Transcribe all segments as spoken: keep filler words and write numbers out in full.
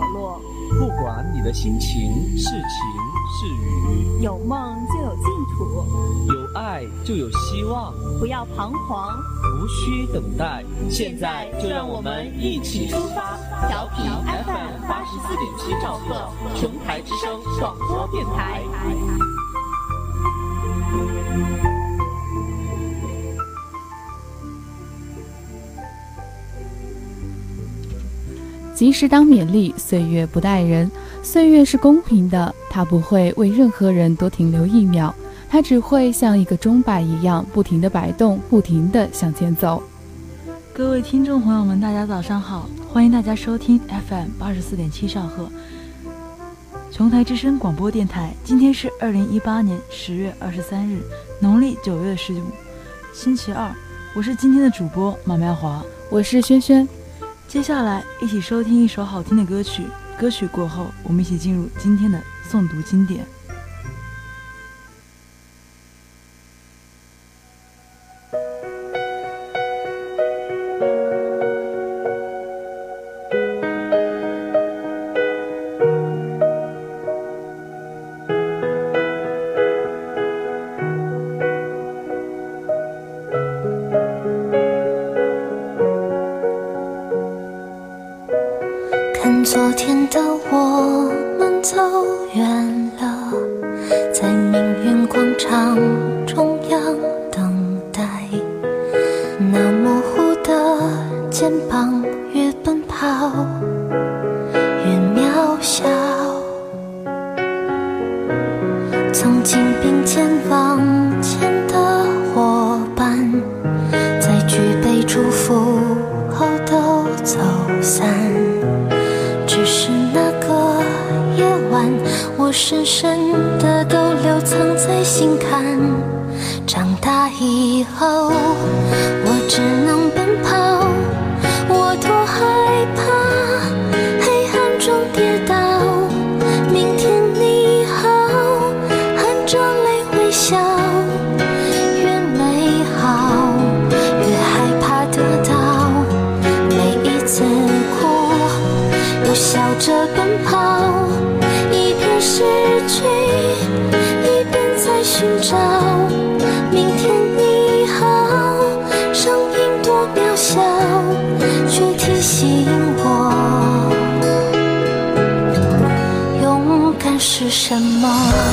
落。 不管你的心情是晴是雨， 有梦就有净土， 有爱就有希望。 不要彷徨， 无需等待， 现在就让我们一起出发。调频 F M 八十四点七兆赫，琼台之声广播电台。 及时当勉励，岁月不待人。岁月是公平的，它不会为任何人多停留一秒，它只会像一个钟摆一样不停地摆动，不停地向前走。 各位听众朋友们，大家早上好，欢迎大家收听 F M 八十四点七兆赫琼台之声广播电台。今天是二零一八年十月二十三日，农历九月十五，星期二。我是今天的主播马妙华， 我是轩轩。 接下来一起收听一首好听的歌曲，歌曲过后，我们一起进入今天的诵读经典。 昨天的我们走远了，在命运广场中央等待，那模糊的肩膀越奔跑越渺小，曾经并肩往前的伙伴，在举杯祝福后都走散，只是那个夜晚，我深深的都留藏在心坎。长大以后，我只能奔跑，我多害怕黑暗中跌倒。明天你好，含着泪微笑，越美好越害怕得到，每一次哭又笑着奔跑，一边失去一边在寻找。明天你好，声音多渺小，却提醒我勇敢是什么。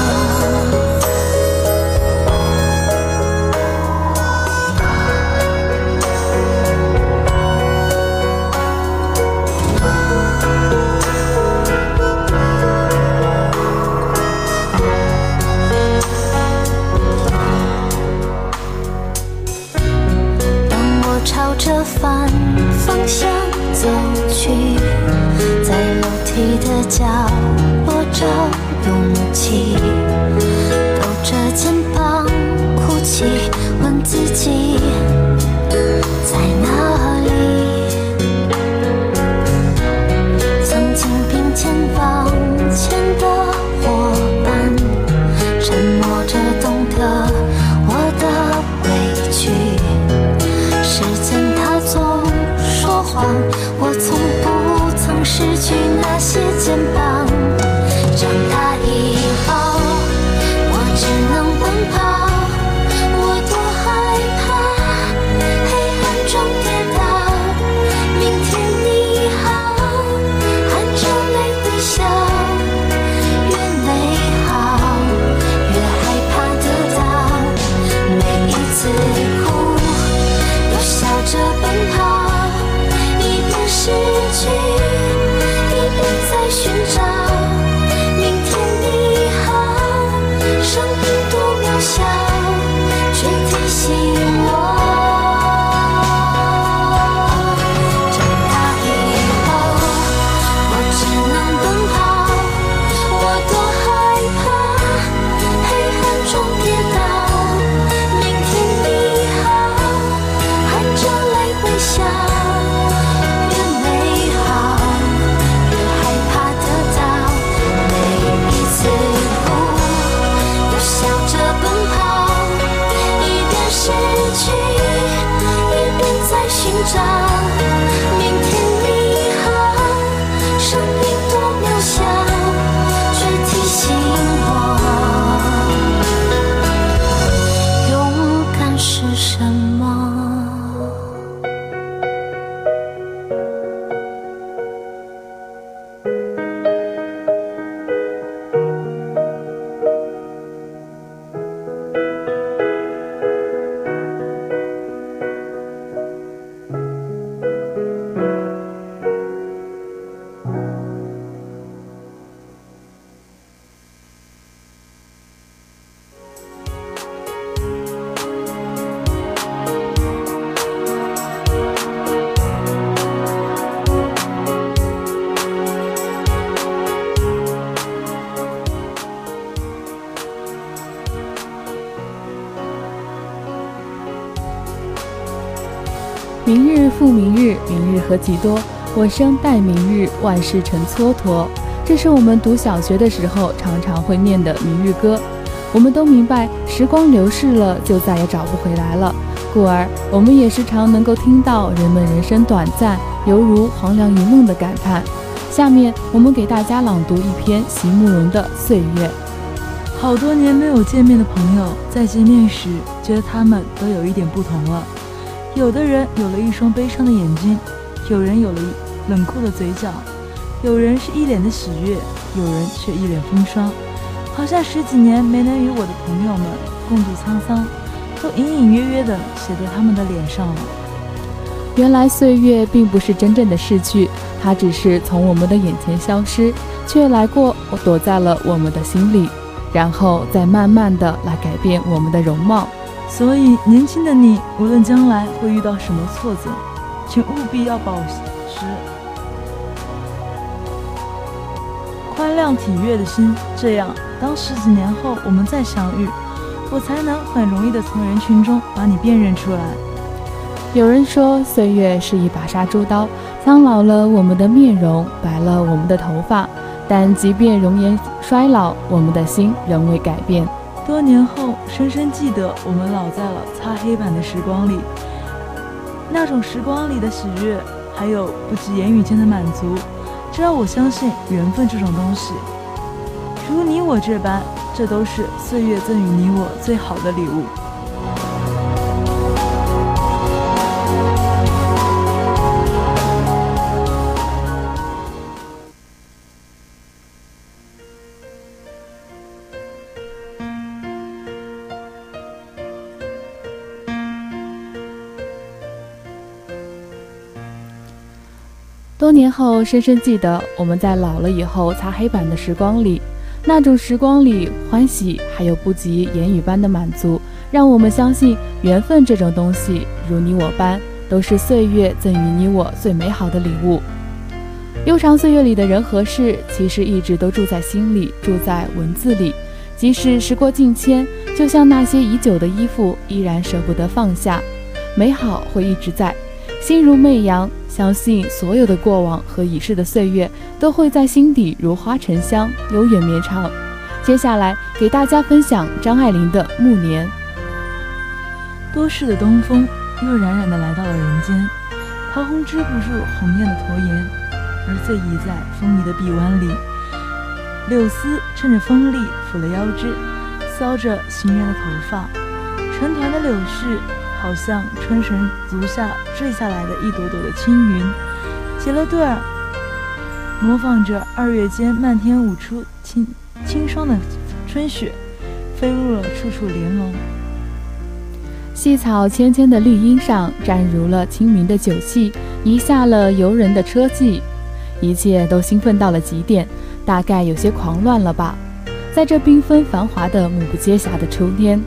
朝着反方向走去，在楼梯的角落找勇气，抖着肩膀哭泣，问自己在哪里。曾经并肩往前的伙伴，沉默着懂得我的委屈，时间它总说谎，我从不曾失去那些肩膀。长大以后，我只能奔跑，我多害怕黑暗中跌倒。明天你好，含着泪微笑，越美好越害怕得到，每一次哭笑着奔跑，一边失去一边在寻找。明天你好，声音多渺小，却提醒我长大以后，我只能奔跑，我多害怕黑暗中跌倒。明天你好，含着泪微笑，越美好越害怕得到，每一次哭又笑着奔跑，一边失去一边在寻找。明天你好，声音多复明日，明日何其多，我生待明日，万事成蹉跎。这是我们读小学的时候常常会念的明日歌。我们都明白，时光流逝了，就再也找不回来了。故而，我们也时常能够听到人们人生短暂，犹如黄粱一梦的感叹。下面，我们给大家朗读一篇席慕容的《岁月》。 好多年没有见面的朋友，在见面时，觉得他们都有一点不同了。有的人有了一双悲伤的眼睛，有人有了冷酷的嘴角，有人是一脸的喜悦，有人却一脸风霜，好像十几年没能与我的朋友们共度沧桑，都隐隐约约地写在他们的脸上了。 原来岁月并不是真正的逝去，它只是从我们的眼前消失，却来过，躲在了我们的心里，然后再慢慢地来改变我们的容貌。 所以，年轻的你，无论将来会遇到什么挫折，请务必要保持宽谅体悦的心，这样，当十几年后我们再相遇，我才能很容易地从人群中把你辨认出来。 有人说，岁月是一把杀猪刀，苍老了我们的面容，白了我们的头发，但即便容颜衰老，我们的心仍未改变。 多年后，深深记得我们老在了擦黑板的时光里，那种时光里的喜悦，还有不及言语间的满足，这让我相信缘分这种东西，如你我这般，这都是岁月赠予你我最好的礼物。 多年后，深深记得我们在老了以后擦黑板的时光里，那种时光里欢喜，还有不及言语般的满足，让我们相信缘分这种东西，如你我般，都是岁月赠予你我最美好的礼物。悠长岁月里的人和事，其实一直都住在心里，住在文字里。即使时过境迁，就像那些已久的衣服，依然舍不得放下。美好会一直在，心如媚阳，相信所有的过往和已逝的岁月都会在心底如花沉香，悠远绵长。接下来给大家分享张爱玲的《暮年》。 多事的东风又冉冉地来到了人间，桃红织不住红艳的驼颜，而醉倚在风靡的臂弯里。柳丝趁着风力抚了腰肢，搔着行人的头发，成团的柳絮好像春神足下坠下来的一朵朵的青云，结了对儿，模仿着二月间漫天舞出清清霜的春雪，飞入了处处帘笼。 细草芊芊的绿荫上，沾如了清明的酒气，移下了游人的车迹，一切都兴奋到了极点，大概有些狂乱了吧。在这缤纷繁华的目不接暇的秋天，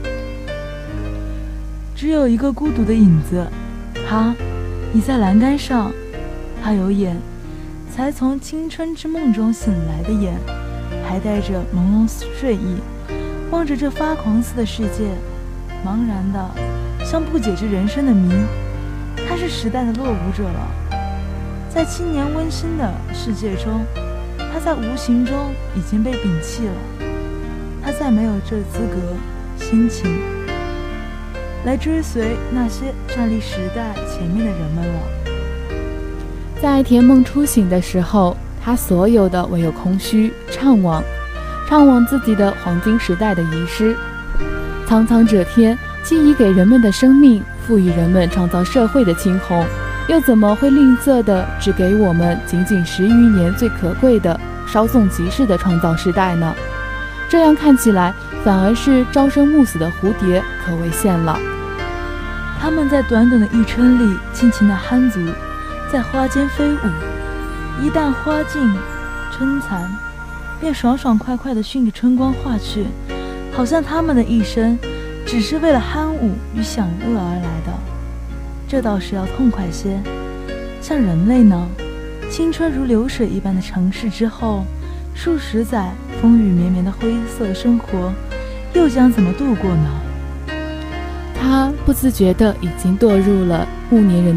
只有一个孤独的影子，他倚在栏杆上，他有眼才从青春之梦中醒来的眼，还带着朦胧睡意，望着这发狂似的世界，茫然的像不解之人生的谜。他是时代的落伍者了，在青年温馨的世界中，他在无形中已经被摒弃了，他再没有这资格心情来追随那些站立时代前面的人们了。 在甜梦初醒的时候，他所有的唯有空虚怅惘，怅惘自己的黄金时代的遗失。苍苍这天，既已给人们的生命赋予人们创造社会的青红，又怎么会吝啬的只给我们仅仅十余年最可贵的稍纵即逝的创造时代呢？这样看起来，反而是朝生暮死的蝴蝶可为现了。 它们在短短的一春里尽情的酣足，在花间飞舞，一旦花尽春残，便爽爽快快地顺着春光化去，好像它们的一生只是为了酣舞与享乐而来的。这倒是要痛快些。像人类呢，青春如流水一般的长逝之后，数十载风雨绵绵的灰色生活，又将怎么度过呢？ 他不自觉地已经堕入了暮年人的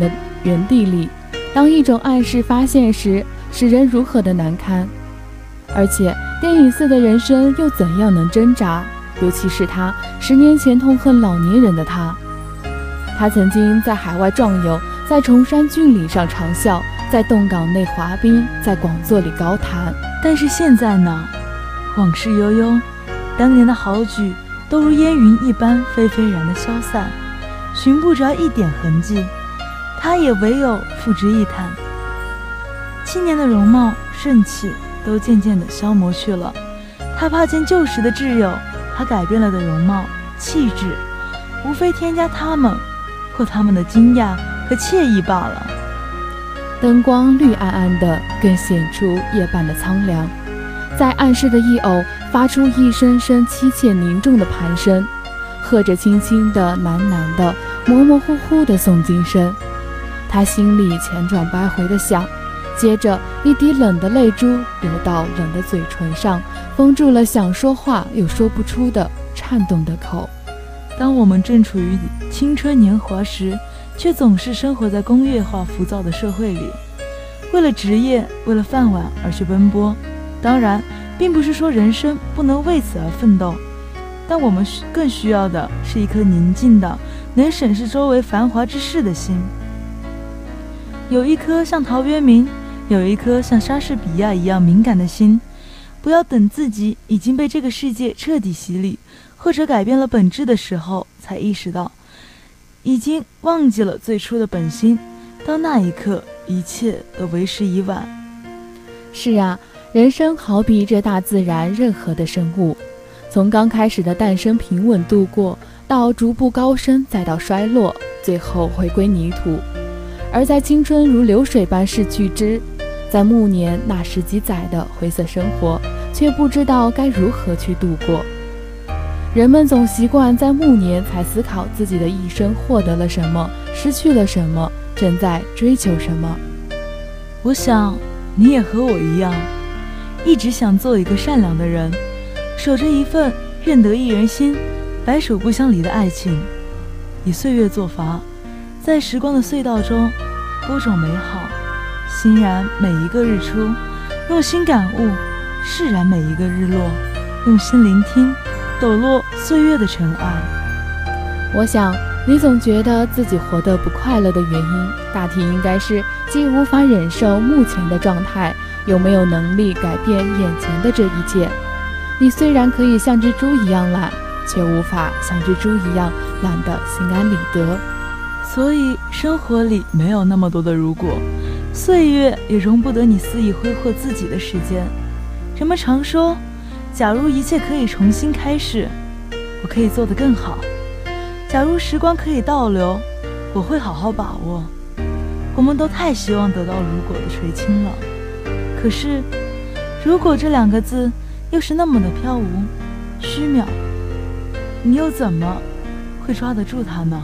原地里，当一种暗示发现时，使人如何的难堪。而且电影似的人生又怎样能挣扎？尤其是他十年前痛恨老年人的他，他曾经在海外壮游，在崇山峻岭上长啸，在洞港内滑冰，在广座里高谈。 但是现在呢？往事悠悠，当年的好举都如烟云一般飞飞然的消散，寻不着一点痕迹。他也唯有付之一叹。青年的容貌盛气都渐渐地消磨去了，他怕见旧时的挚友，他改变了的容貌气质，无非添加他们或他们的惊讶和惬意罢了。 灯光绿暗暗的，更显出夜半的苍凉。在暗室的一偶发出一声声凄切凝重的盘声，和着轻轻的喃喃的模模糊糊的诵经声。他心里千转百回的想，接着一滴冷的泪珠流到冷的嘴唇上，封住了想说话又说不出的颤动的口。 当我们正处于青春年华时，却总是生活在工业化浮躁的社会里，为了职业，为了饭碗而去奔波。当然并不是说人生不能为此而奋斗，但我们更需要的是一颗宁静的能审视周围繁华之事的心。有一颗像陶渊明，有一颗像莎士比亚一样敏感的心，不要等自己已经被这个世界彻底洗礼，或者改变了本质的时候，才意识到已经忘记了最初的本心，到那一刻一切都为时已晚。 是啊，人生好比这大自然任何的生物，从刚开始的诞生平稳度过，到逐步高升，再到衰落，最后回归泥土。而在青春如流水般逝去之，在暮年那十几载的灰色生活，却不知道该如何去度过。人们总习惯在暮年才思考自己的一生获得了什么，失去了什么，正在追求什么。 我想你也和我一样，一直想做一个善良的人，守着一份愿得一人心，白首不相离的爱情，以岁月作罚，在时光的隧道中播种美好，欣然每一个日出，用心感悟释然每一个日落，用心聆听抖落岁月的尘埃。 我想你总觉得自己活得不快乐的原因，大体应该是既无法忍受目前的状态，又没有能力改变眼前的这一切。你虽然可以像只猪一样懒，却无法像只猪一样懒得心安理得。 所以生活里没有那么多的如果，岁月也容不得你肆意挥霍自己的时间。人们常说，假如一切可以重新开始，我可以做得更好。假如时光可以倒流，我会好好把握。我们都太希望得到如果的垂青了，可是如果这两个字又是那么的飘无虚渺，你又怎么会抓得住它呢？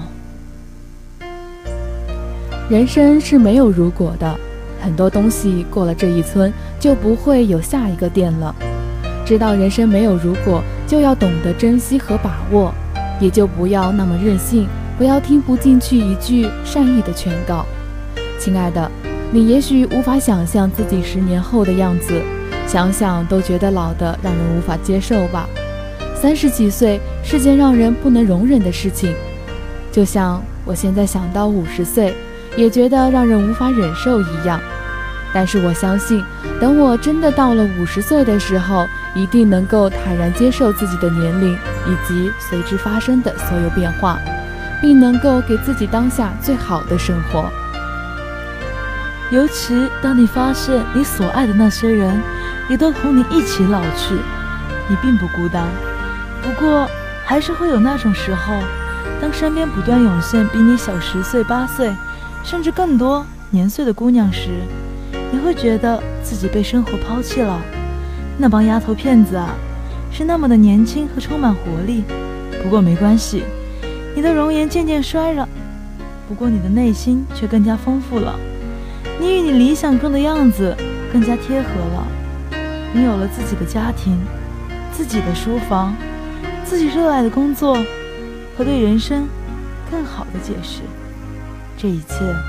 人生是没有如果的，很多东西过了这一村就不会有下一个店了。知道人生没有如果，就要懂得珍惜和把握，也就不要那么任性，不要听不进去一句善意的劝告。亲爱的，你也许无法想象自己十年后的样子，想想都觉得老的让人无法接受吧。三十几岁是件让人不能容忍的事情，就像我现在想到五十岁也觉得让人无法忍受一样。但是我相信，等我真的到了五十岁的时候，一定能够坦然接受自己的年龄以及随之发生的所有变化，并能够给自己当下最好的生活。 尤其当你发现你所爱的那些人也都同你一起老去，你并不孤单。不过还是会有那种时候，当身边不断涌现比你小十岁八岁甚至更多年岁的姑娘时，你会觉得自己被生活抛弃了。那帮丫头片子啊，是那么的年轻和充满活力。不过没关系，你的容颜渐渐衰了，不过你的内心却更加丰富了。你与你理想中的样子更加贴合了。你有了自己的家庭，自己的书房，自己热爱的工作和对人生更好的解释。这一切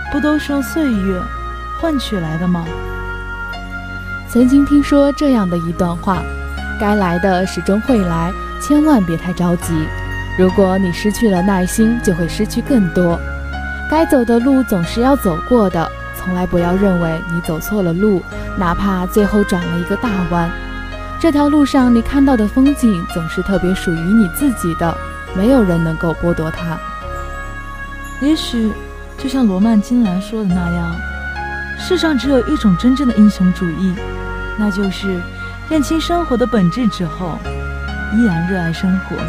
不都是用岁月换取来的吗？ 曾经听说这样的一段话，该来的始终会来，千万别太着急。如果你失去了耐心，就会失去更多。该走的路总是要走过的，从来不要认为你走错了路，哪怕最后转了一个大弯。这条路上你看到的风景总是特别属于你自己的，没有人能够剥夺它。 也许就像罗曼·金兰说的那样，世上只有一种真正的英雄主义，那就是认清生活的本质之后，依然热爱生活。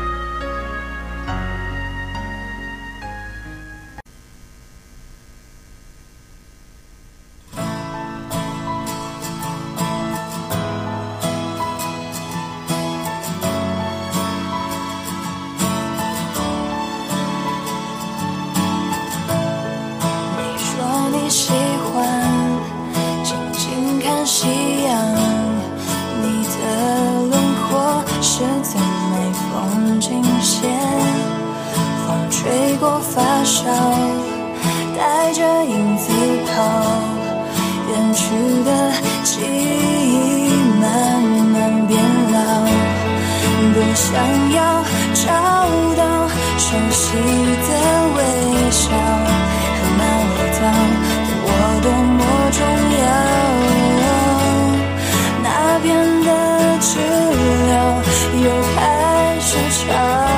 带着影子跑，远去的记忆慢慢变老，多想要找到熟悉的微笑和那味道，对我多么重要。那边的治疗又开始吵，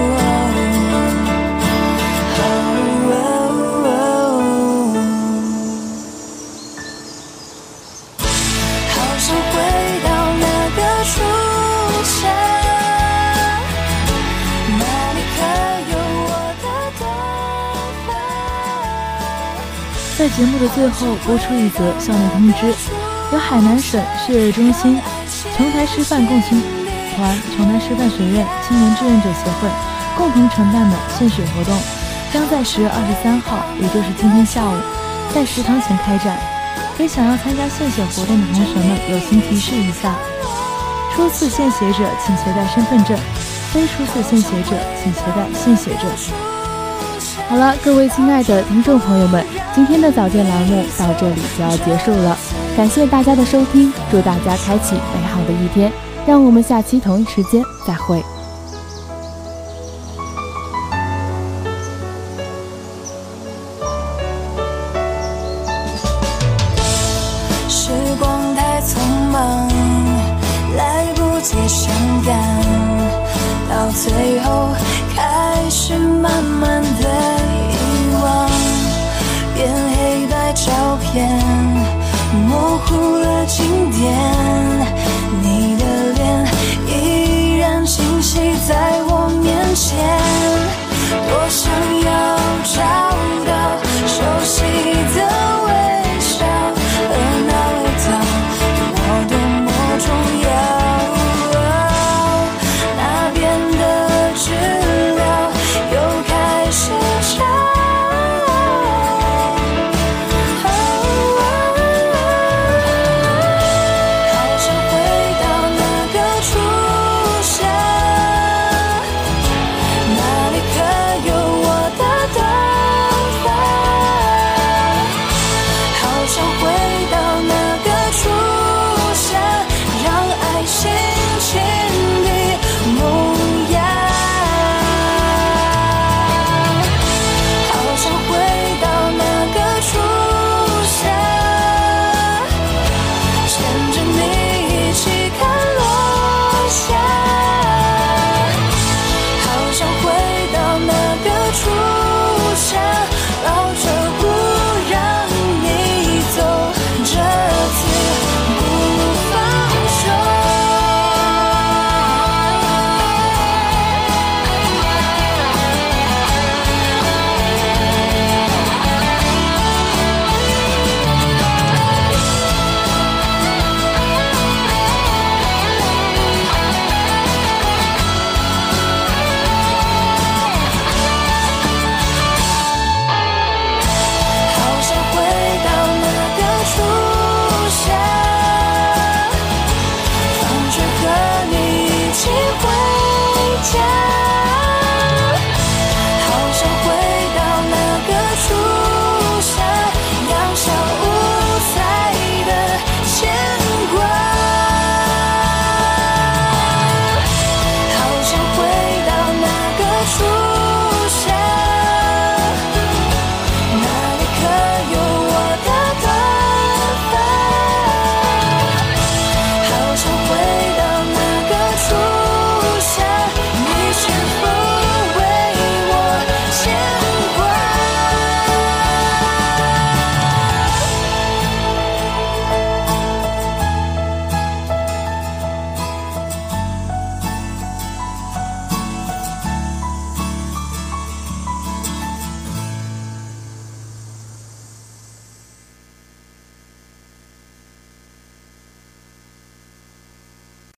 在节目的最后播出一则校内通知，由海南省血液中心、琼台师范共青团、琼台师范学院青年志愿者协会共同承办的献血活动，将在十月二十三号，也就是今天下午，在食堂前开展。给想要参加献血活动的同学们友情提示一下：初次献血者请携带身份证，非初次献血者请携带献血证。 好了，各位亲爱的听众朋友们，今天的早间栏目到这里就要结束了，感谢大家的收听，祝大家开启美好的一天，让我们下期同一时间再会。 时光太匆忙，来不及伤感，到最后开始慢慢的遗忘，变黑白照片模糊了经典，你的脸依然清晰在我面前，多想要找